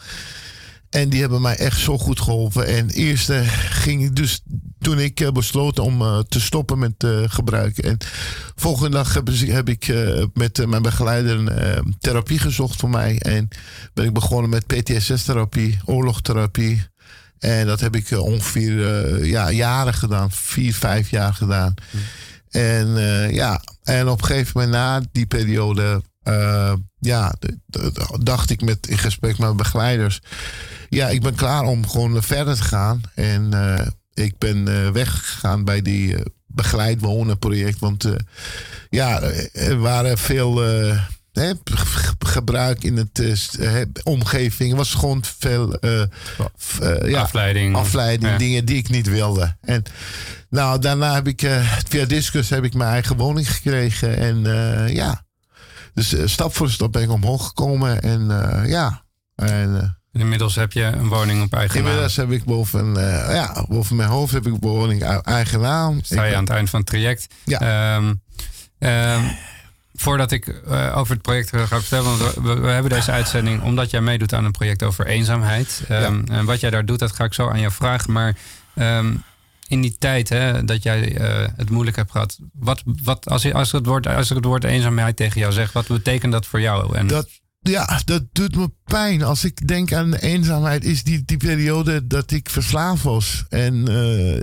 En die hebben mij echt zo goed geholpen. En eerst uh, ging ik dus, toen ik uh, besloten om uh, te stoppen met uh, gebruiken. En volgende dag heb, heb ik uh, met uh, mijn begeleider een uh, therapie gezocht voor mij. En ben ik begonnen met P T S S-therapie, oorlogstherapie. En dat heb ik uh, ongeveer uh, ja, jaren gedaan, vier, vijf jaar gedaan. Mm. En uh, ja, en op een gegeven moment na die periode, uh, ja, d- d- dacht ik met in gesprek met mijn begeleiders, ja, ik ben klaar om gewoon verder te gaan. En uh, ik ben uh, weggegaan bij die uh, begeleid wonen project, want uh, ja, er waren veel uh, He, gebruik in het uh, omgeving. Er was gewoon veel uh, f, uh, ja, afleiding, afleiding ja. dingen die ik niet wilde. En nou, daarna heb ik uh, via Discus heb ik mijn eigen woning gekregen. En uh, ja, dus uh, stap voor stap ben ik omhoog gekomen. En uh, ja. En, uh, en inmiddels heb je een woning op eigen naam. Inmiddels heb ik boven, uh, ja, boven mijn hoofd heb ik een woning eigen naam. Sta je ben, aan het eind van het traject. Ja. Um, um, Voordat ik uh, over het project ga vertellen, want we, we hebben deze uitzending omdat jij meedoet aan een project over eenzaamheid. Um, ja. En wat jij daar doet, dat ga ik zo aan jou vragen. Maar um, in die tijd hè, dat jij uh, het moeilijk hebt gehad, wat, wat, als, je, als, het woord, als ik het woord eenzaamheid tegen jou zeg, wat betekent dat voor jou? En dat, ja, dat doet me pijn. Als ik denk aan de eenzaamheid, is die, die periode dat ik verslaafd was. En uh,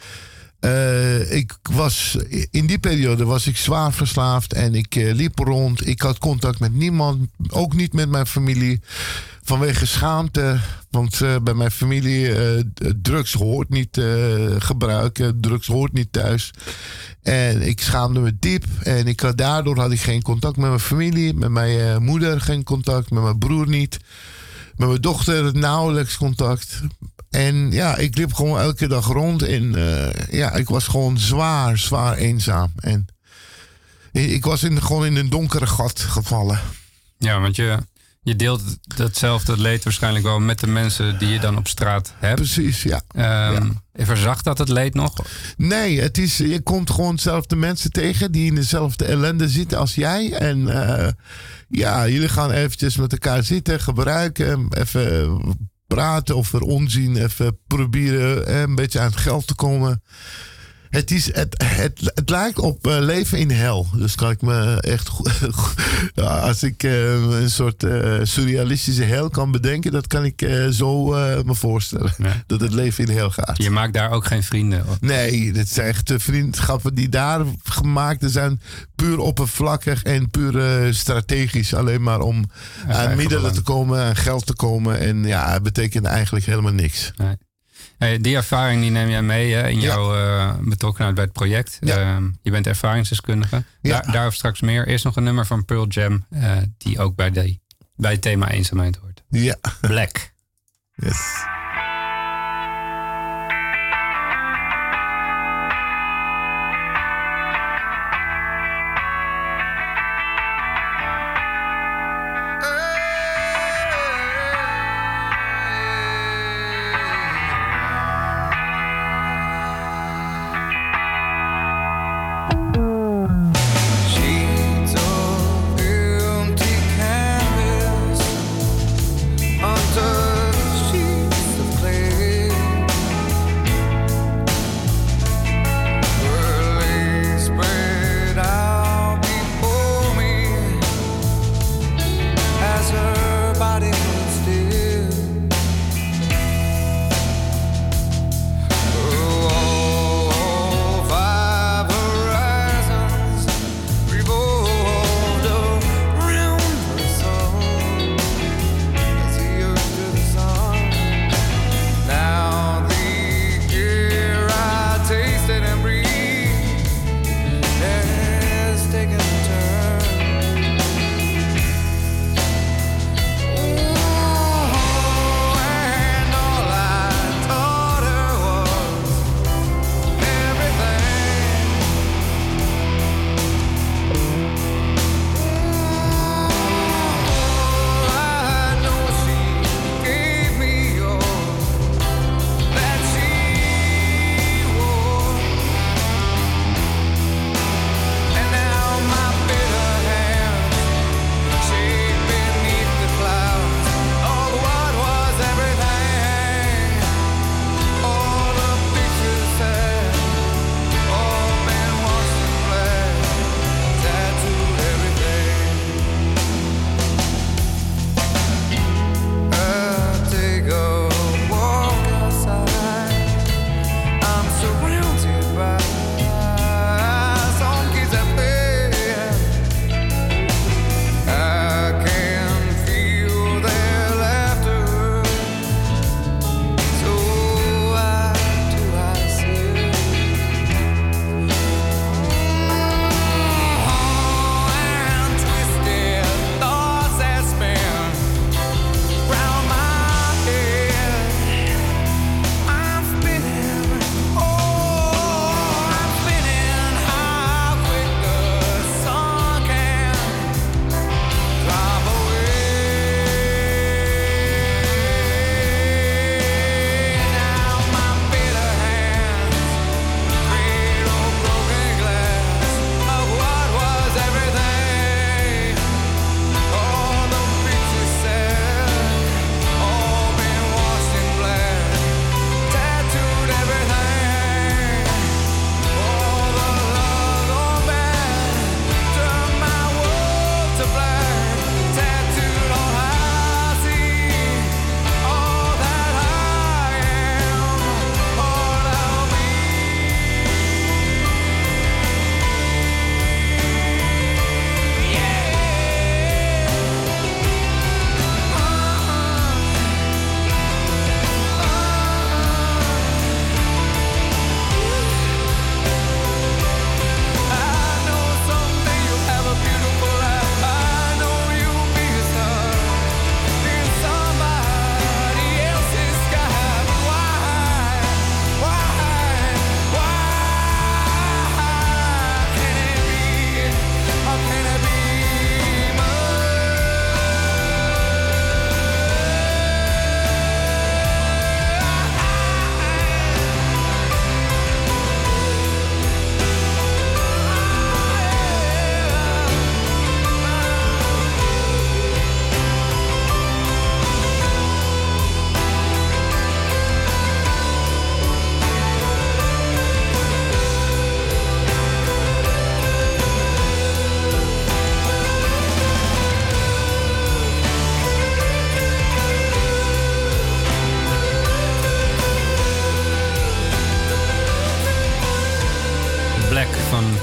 Uh, ik was, in die periode was ik zwaar verslaafd en ik uh, liep rond. Ik had contact met niemand, ook niet met mijn familie. Vanwege schaamte, want uh, bij mijn familie uh, drugs hoort niet uh, gebruiken, drugs hoort niet thuis. En ik schaamde me diep en ik had, daardoor had ik geen contact met mijn familie, met mijn uh, moeder geen contact, met mijn broer niet. Met mijn dochter nauwelijks contact. En ja, ik liep gewoon elke dag rond. En uh, ja, ik was gewoon zwaar, zwaar eenzaam. En ik was in, gewoon in een donkere gat gevallen. Ja, want je, je deelt datzelfde leed waarschijnlijk wel met de mensen die je dan op straat hebt. Precies, ja. Um, ja. Verzacht dat het leed nog? Nee, het is, je komt gewoon dezelfde mensen tegen die in dezelfde ellende zitten als jij. En uh, ja, jullie gaan eventjes met elkaar zitten, gebruiken, even praten over onzin, even proberen eh, een beetje aan het geld te komen. Het, is, het, het, het lijkt op uh, leven in hel. Dus kan ik me echt... ja, als ik uh, een soort uh, surrealistische hel kan bedenken, dat kan ik uh, zo uh, me voorstellen. Nee. Dat het leven in hel gaat. Je maakt daar ook geen vrienden op? Nee, dit zijn echt de vriendschappen die daar gemaakt zijn puur oppervlakkig en puur uh, strategisch. Alleen maar om ja, aan middelen belang. te komen, aan geld te komen. En ja, het betekent eigenlijk helemaal niks. Nee. Hey, die ervaring die neem jij mee hè, in ja. jouw uh, betrokkenheid bij het project. Ja. Uh, je bent ervaringsdeskundige. Ja. Daar, daarover straks meer. Eerst nog een nummer van Pearl Jam. Uh, die ook bij, de, bij het thema eenzaamheid hoort. Ja. Black. Yes.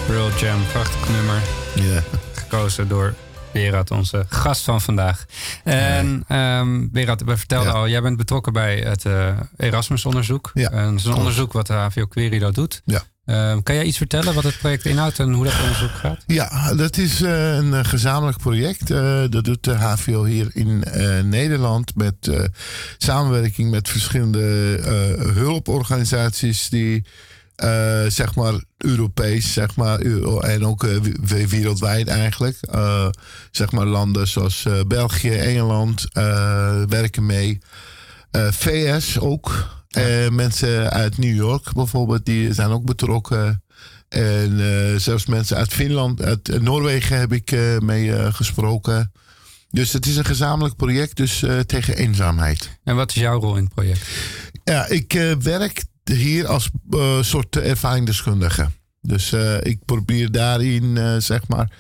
Pearl Jam, prachtig nummer. Ja. Gekozen door Berat, onze gast van vandaag. En um, Berat, we vertelden Ja. al, jij bent betrokken bij het uh, Erasmus-onderzoek. Ja, En dat is een klopt. onderzoek wat de H V O Querido doet. Ja. Um, kan jij iets vertellen wat het project inhoudt en hoe dat onderzoek gaat? Ja, dat is uh, een uh, gezamenlijk project. Uh, dat doet de H V O hier in uh, Nederland met uh, samenwerking met verschillende uh, hulporganisaties die uh, zeg maar Europees, zeg maar, en ook uh, wereldwijd eigenlijk. Uh, zeg maar landen zoals uh, België, Engeland uh, werken mee. Uh, V S ook. Ja. Uh, mensen uit New York bijvoorbeeld, die zijn ook betrokken. En uh, zelfs mensen uit Finland, uit uh, Noorwegen heb ik uh, mee uh, gesproken. Dus het is een gezamenlijk project dus, uh, tegen eenzaamheid. En wat is jouw rol in het project? Ja, ik uh, werk hier als uh, soort ervaringsdeskundige. Dus uh, ik probeer daarin uh, zeg maar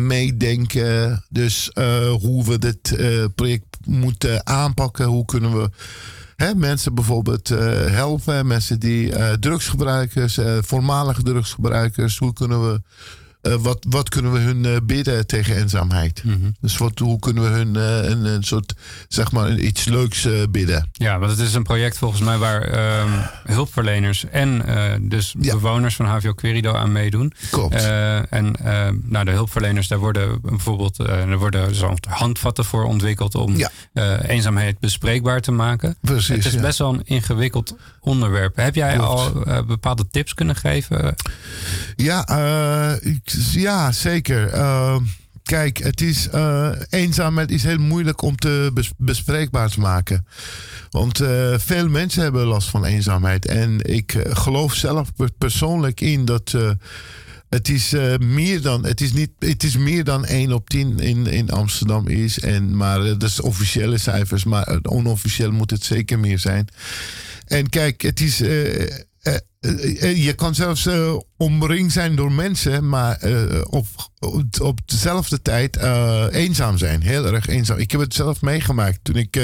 meedenken. Dus uh, hoe we dit uh, project moeten aanpakken. Hoe kunnen we hè, mensen bijvoorbeeld uh, helpen. Mensen die uh, drugsgebruikers, uh, voormalige drugsgebruikers. Hoe kunnen we, uh, wat, wat kunnen we hun uh, bidden tegen eenzaamheid? Mm-hmm. Dus wat, hoe kunnen we hun uh, een, een soort, zeg maar, iets leuks uh, bidden? Ja, want het is een project volgens mij waar um, hulpverleners en uh, dus ja. bewoners van H V O Querido aan meedoen. Klopt. Uh, en uh, nou, de hulpverleners, daar worden bijvoorbeeld uh, er worden zo'n handvatten voor ontwikkeld om ja. uh, eenzaamheid bespreekbaar te maken. Precies, het is ja. best wel een ingewikkeld onderwerp. Heb jij Klopt. al uh, bepaalde tips kunnen geven? Ja, uh, ik, ja zeker. Uh, kijk, het is uh, eenzaamheid is heel moeilijk om te bes- bespreekbaar te maken. Want uh, veel mensen hebben last van eenzaamheid. En ik uh, geloof zelf persoonlijk in dat uh, het is uh, meer dan het is niet het is meer dan één op tien in, in Amsterdam is. En maar uh, dat is officiële cijfers, maar uh, onofficieel moet het zeker meer zijn. En kijk, het is uh, Uh, uh, je kan zelfs uh, omringd zijn door mensen, maar uh, op, op, op dezelfde tijd uh, eenzaam zijn. Heel erg eenzaam. Ik heb het zelf meegemaakt toen ik, uh,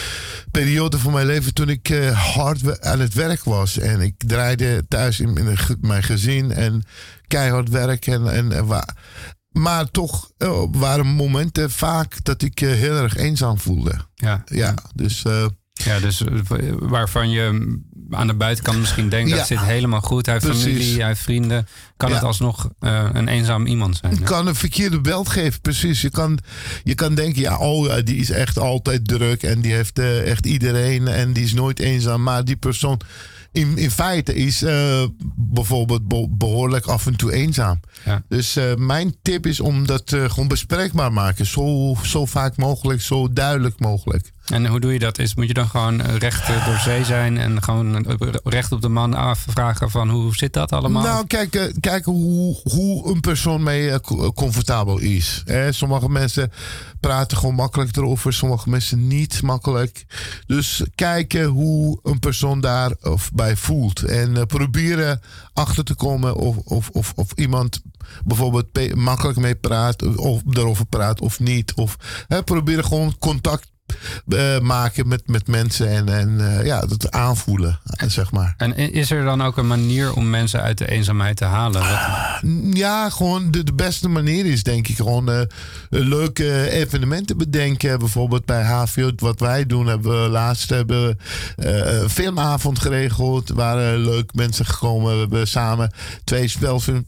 periode van mijn leven, toen ik uh, hard aan het werk was. En ik draaide thuis in, in mijn gezin en keihard werken. En, en, wa- maar toch uh, waren momenten vaak dat ik uh, heel erg eenzaam voelde. Ja, ja dus... Uh, Ja, dus waarvan je aan de buitenkant misschien denkt... Ja, dat zit helemaal goed. Hij heeft precies. familie, hij heeft vrienden. Kan ja. het alsnog uh, een eenzaam iemand zijn? Je kan een verkeerde beeld geven, precies. Je kan, je kan denken, ja, oh, die is echt altijd druk... en die heeft uh, echt iedereen en die is nooit eenzaam. Maar die persoon in, in feite is uh, bijvoorbeeld be- behoorlijk af en toe eenzaam. Ja. Dus uh, mijn tip is om dat uh, gewoon bespreekbaar maken. Zo, zo vaak mogelijk, zo duidelijk mogelijk. En hoe doe je dat? Is, moet je dan gewoon recht uh, door zee zijn en gewoon recht op de man afvragen van hoe zit dat allemaal? Nou, kijk, kijk hoe, hoe een persoon mee uh, comfortabel is. Eh, sommige mensen praten gewoon makkelijk erover, sommige mensen niet makkelijk. Dus kijken hoe een persoon daar of bij voelt. En uh, proberen achter te komen of, of, of, of iemand bijvoorbeeld pe- makkelijk mee praat of erover praat of niet. Of eh, proberen gewoon contact Uh, maken met, met mensen en, en uh, ja, dat aanvoelen, zeg maar. En is er dan ook een manier om mensen uit de eenzaamheid te halen? Wat... Ja, gewoon de, de beste manier is denk ik gewoon uh, leuke evenementen bedenken. Bijvoorbeeld bij H V O, wat wij doen, hebben we laatst hebben, uh, een filmavond geregeld. Er waren leuk mensen gekomen. We hebben samen twee spelfilms,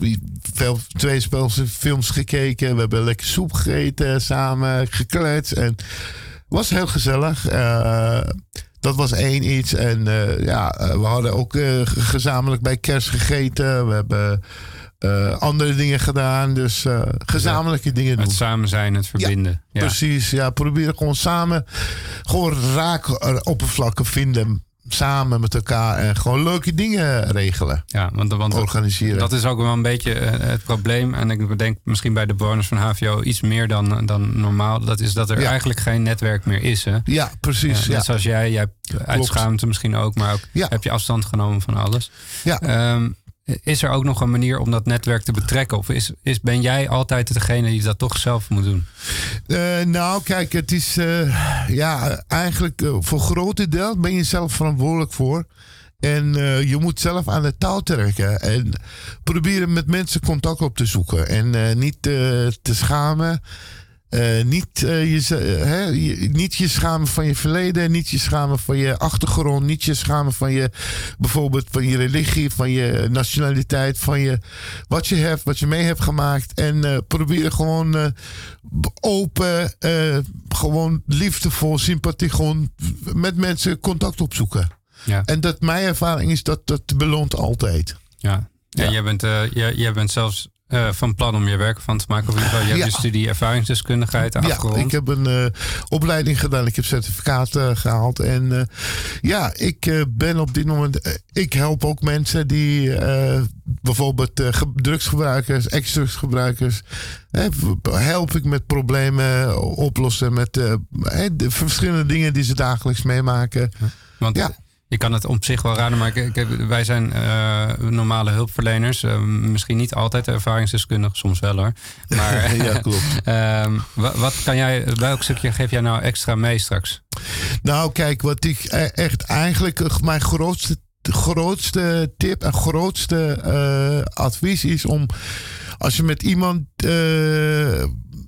twee spelfilms gekeken. We hebben lekker soep gegeten, samen gekletst en was heel gezellig. Uh, dat was één iets. En uh, ja, we hadden ook uh, gezamenlijk bij kerst gegeten. We hebben uh, andere dingen gedaan. Dus uh, gezamenlijke ja, dingen doen. Het samen zijn, het verbinden. Ja, ja. Precies. Ja, proberen gewoon samen gewoon raak oppervlakken vinden. Samen met elkaar en gewoon leuke dingen regelen. Ja, want, want organiseren. Dat is ook wel een beetje het probleem. En ik denk misschien bij de bewoners van H V O iets meer dan, dan normaal. Dat is dat er ja. eigenlijk geen netwerk meer is. Hè? Ja, precies. Ja, net ja. zoals jij. Jij hebt uit schaamte misschien ook. Maar ook ja. heb je afstand genomen van alles. Ja. Um, is er ook nog een manier om dat netwerk te betrekken? Of is, is, ben jij altijd degene die dat toch zelf moet doen? Uh, nou, kijk, het is uh, ja, eigenlijk uh, voor grote deel ben je zelf verantwoordelijk voor. En uh, je moet zelf aan de touw trekken. En proberen met mensen contact op te zoeken. En uh, niet uh, te schamen. Uh, niet, uh, je, uh, hè, je, niet je schamen van je verleden. Niet je schamen van je achtergrond. Niet je schamen van je, bijvoorbeeld van je religie. Van je nationaliteit. Van je, wat je hebt, wat je mee hebt gemaakt. En uh, proberen gewoon uh, open, uh, gewoon liefdevol, sympathiek. Gewoon met mensen contact opzoeken. Ja. En dat mijn ervaring is dat dat beloont altijd. Ja, ja. En jij bent, uh, jij, jij bent zelfs uh, van plan om je werk van te maken. Of in ieder geval, je ja. hebt je studie ervaringsdeskundigheid afgerond. Ja, ik heb een uh, opleiding gedaan. Ik heb certificaten uh, gehaald. En uh, ja, ik uh, ben op dit moment... Uh, ik help ook mensen die uh, bijvoorbeeld uh, drugsgebruikers, ex-drugsgebruikers... Uh, help ik met problemen oplossen. Met uh, de verschillende dingen die ze dagelijks meemaken. Ja. Want ja. je kan het op zich wel raden, maar ik, ik, wij zijn uh, normale hulpverleners. Uh, misschien niet altijd ervaringsdeskundig, soms wel hoor. Maar ja, klopt. uh, wat, wat kan jij, welk stukje geef jij nou extra mee straks? Nou, kijk, wat ik echt eigenlijk mijn grootste, grootste tip en grootste uh, advies is om als je met iemand uh,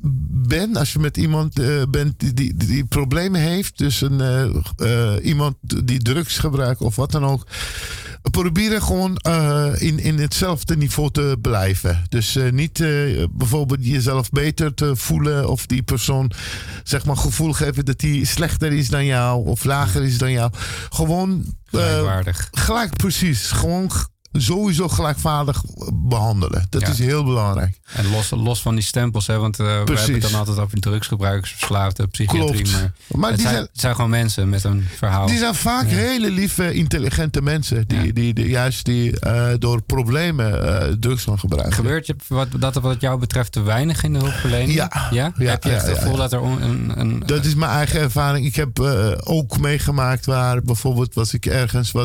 bent, als je met iemand uh, bent die, die, die problemen heeft, dus een, uh, uh, iemand die drugs gebruikt of wat dan ook, proberen gewoon uh, in, in hetzelfde niveau te blijven. Dus uh, niet uh, bijvoorbeeld jezelf beter te voelen of die persoon zeg maar gevoel geven dat hij slechter is dan jou of lager is dan jou. Gewoon uh, gelijkwaardig. Gelijk, precies. Gewoon sowieso gelijkwaardig behandelen. Dat ja. is heel belangrijk. En los, los van die stempels, hè, want uh, we hebben het dan altijd over drugsgebruikers, verslaafden, psychiatrie. Klopt. Maar, maar het, die zijn, zijn, het zijn gewoon mensen met een verhaal. Die zijn vaak ja. hele lieve, intelligente mensen. Die, ja. die, die juist die uh, door problemen uh, drugs gaan gebruiken. Gebeurt je wat, dat wat jou betreft te weinig in de hulpverlening? Ja. ja? ja heb je echt het gevoel ja, ja. dat er een, een... Dat is mijn eigen ervaring. Ik heb uh, ook meegemaakt waar bijvoorbeeld was ik ergens wat...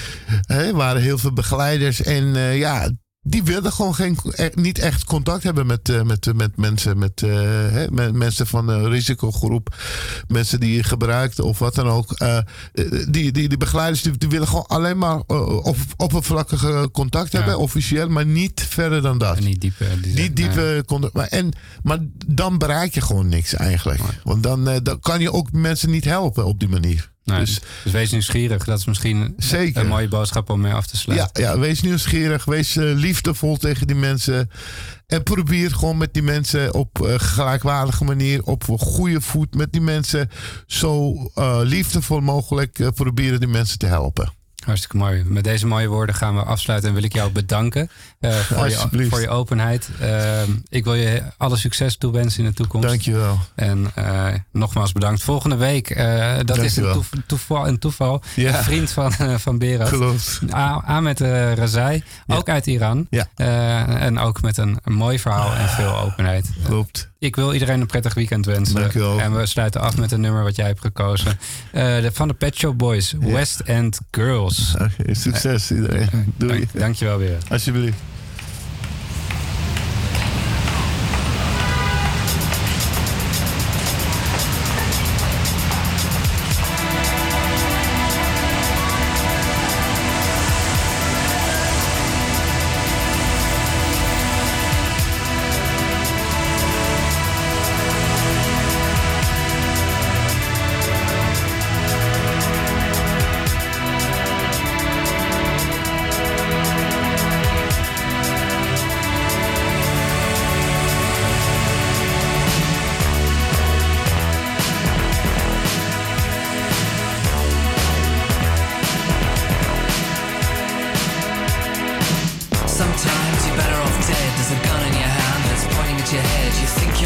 Hè, waren heel veel begeleiders en uh, ja, die wilden gewoon geen, niet echt contact hebben met, uh, met, met mensen. Met, uh, hè, met mensen van een risicogroep. Mensen die gebruikten of wat dan ook. Uh, die, die, die begeleiders die, die willen gewoon alleen maar uh, op, oppervlakkige contact ja. hebben. Officieel, maar niet verder dan dat. En niet diepe. Die niet diepe nee. contact. Maar, en, maar dan bereik je gewoon niks eigenlijk. Nee. Want dan, uh, dan kan je ook mensen niet helpen op die manier. Nee, dus, dus wees nieuwsgierig. Dat is misschien zeker. een mooie boodschap om mee af te sluiten. Ja, ja wees nieuwsgierig. Wees uh, liefdevol tegen die mensen. En probeer gewoon met die mensen op uh, gelijkwaardige manier, op een goede voet met die mensen, zo uh, liefdevol mogelijk uh, proberen die mensen te helpen. Hartstikke mooi. Met deze mooie woorden gaan we afsluiten en wil ik jou bedanken uh, voor, je, voor je openheid. Uh, ik wil je alle succes toewensen in de toekomst. Dankjewel. En uh, nogmaals bedankt. Volgende week, uh, dat is een, toev- toeval, een toeval. Ja. Een vriend van, uh, van Berat. Klopt. Ahmed uh, Razai, ja. ook uit Iran. Ja. Uh, en ook met een, een mooi verhaal en veel openheid. Klopt. Ik wil iedereen een prettig weekend wensen. Dankjewel. En we sluiten af met een nummer wat jij hebt gekozen. Uh, de, van de Pet Shop Boys, ja. West End Girls. Okay, succes iedereen. Doei. Dank, dankjewel weer. Alsjeblieft.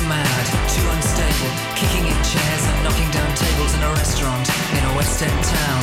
West End town.